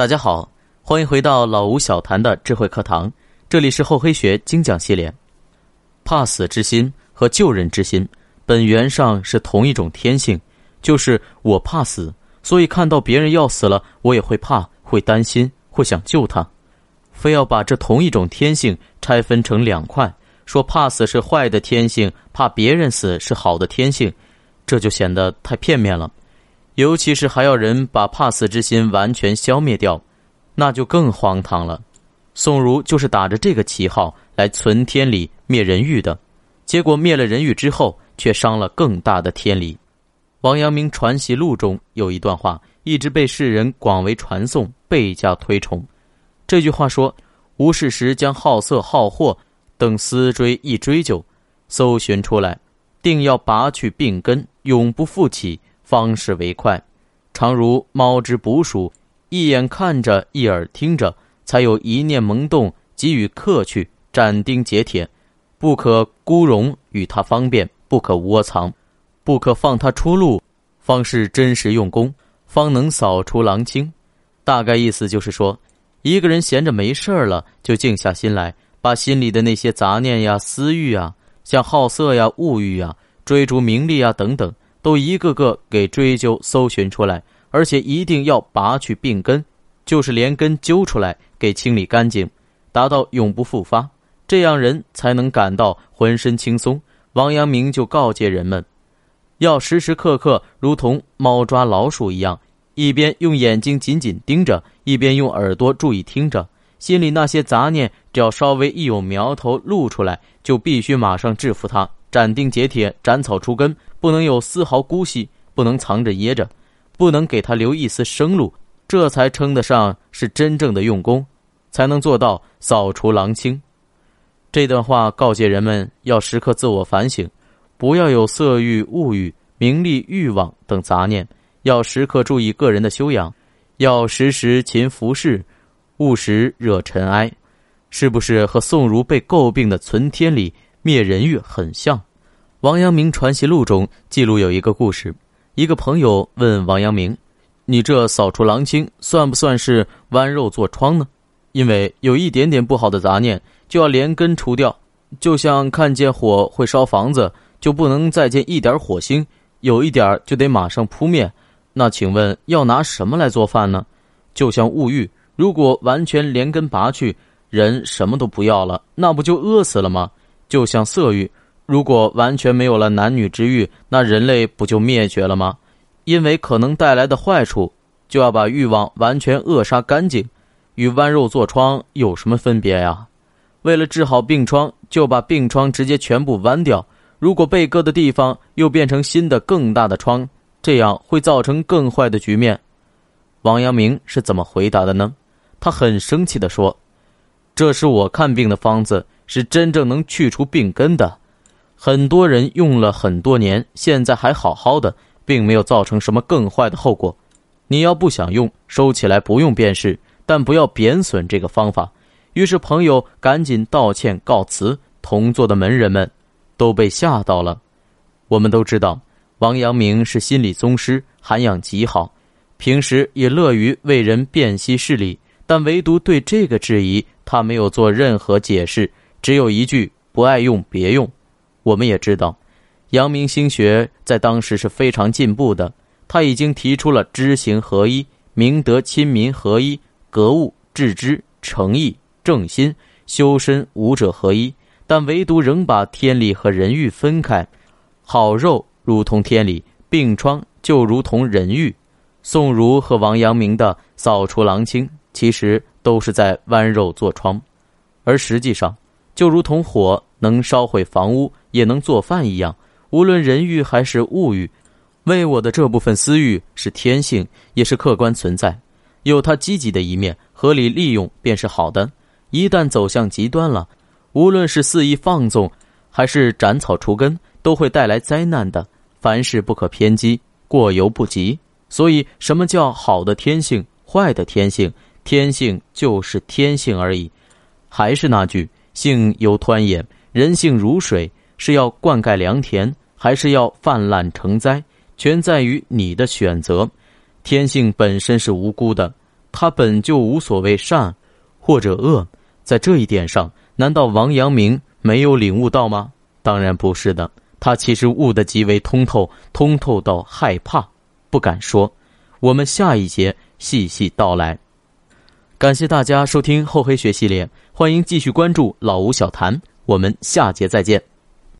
大家好，欢迎回到老吴小谈的智慧课堂，这里是厚黑学精讲系列。怕死之心和救人之心本源上是同一种天性，就是我怕死，所以看到别人要死了，我也会怕，会担心，会想救他。非要把这同一种天性拆分成两块，说怕死是坏的天性，怕别人死是好的天性，这就显得太片面了。尤其是还要人把怕死之心完全消灭掉，那就更荒唐了。宋儒就是打着这个旗号来存天理灭人欲的，结果灭了人欲之后，却伤了更大的天理。王阳明传习录中有一段话，一直被世人广为传颂，倍加推崇。这句话说，无事时将好色好货等思追一追究，搜寻出来，定要拔去病根，永不复起，方是为快。常如猫之捕鼠，一眼看着，一耳听着，才有一念萌动，即与克去，斩钉截铁，不可孤容与他方便，不可窝藏，不可放他出路，方是真实用功，方能扫除狼清。大概意思就是说，一个人闲着没事了，就静下心来，把心里的那些杂念呀、私欲啊，像好色呀、物欲啊、追逐名利啊等等，都一个个给追究搜寻出来，而且一定要拔去病根，就是连根揪出来，给清理干净，达到永不复发，这样人才能感到浑身轻松。王阳明就告诫人们，要时时刻刻如同猫抓老鼠一样，一边用眼睛紧紧盯着，一边用耳朵注意听着，心里那些杂念只要稍微一有苗头露出来，就必须马上制服它，斩钉截铁，斩草除根，不能有丝毫姑息，不能藏着掖着，不能给他留一丝生路，这才称得上是真正的用功，才能做到扫除狼清。这段话告诫人们要时刻自我反省，不要有色欲、物欲、名利欲望等杂念，要时刻注意个人的修养，要时时勤拂拭，勿时惹尘埃。是不是和宋儒被诟病的存天理灭人欲很像？王阳明传习录中记录有一个故事，一个朋友问王阳明，你这扫除狼清算不算是剜肉做疮呢？因为有一点点不好的杂念就要连根除掉，就像看见火会烧房子，就不能再见一点火星，有一点就得马上扑灭。那请问要拿什么来做饭呢？就像物欲，如果完全连根拔去，人什么都不要了，那不就饿死了吗？就像色欲，如果完全没有了男女之欲，那人类不就灭绝了吗？因为可能带来的坏处，就要把欲望完全扼杀干净，与剜肉做疮有什么分别呀？为了治好病疮，就把病疮直接全部剜掉，如果被割的地方又变成新的更大的疮，这样会造成更坏的局面。王阳明是怎么回答的呢？他很生气地说，这是我看病的方子，是真正能去除病根的。很多人用了很多年，现在还好好的，并没有造成什么更坏的后果。你要不想用，收起来不用便是，但不要贬损这个方法。于是朋友赶紧道歉告辞，同坐的门人们都被吓到了。我们都知道，王阳明是心理宗师，涵养极好，平时也乐于为人辨析事理，但唯独对这个质疑，他没有做任何解释，只有一句，不爱用别用。我们也知道，阳明心学在当时是非常进步的，他已经提出了知行合一、明德亲民合一、格物致知、诚意正心、修身五者合一，但唯独仍把天理和人欲分开。好肉如同天理，病疮就如同人欲。宋儒和王阳明的扫除狼清，其实都是在剜肉做疮，而实际上就如同火能烧毁房屋，也能做饭一样，无论人欲还是物欲，为我的这部分私欲是天性，也是客观存在，有它积极的一面，合理利用便是好的。一旦走向极端了，无论是肆意放纵，还是斩草除根，都会带来灾难的。凡事不可偏激，过犹不及。所以什么叫好的天性，坏的天性？天性就是天性而已。还是那句，性由湍衍，人性如水，是要灌溉良田，还是要泛滥成灾，全在于你的选择。天性本身是无辜的， 他本就无所谓善或者恶，在这一点上，难道王阳明没有领悟到吗？当然不是的，他其实悟得极为通透，通透到害怕，不敢说。我们下一节细细道来。感谢大家收听厚黑学系列，欢迎继续关注老吴小谈，我们下节再见。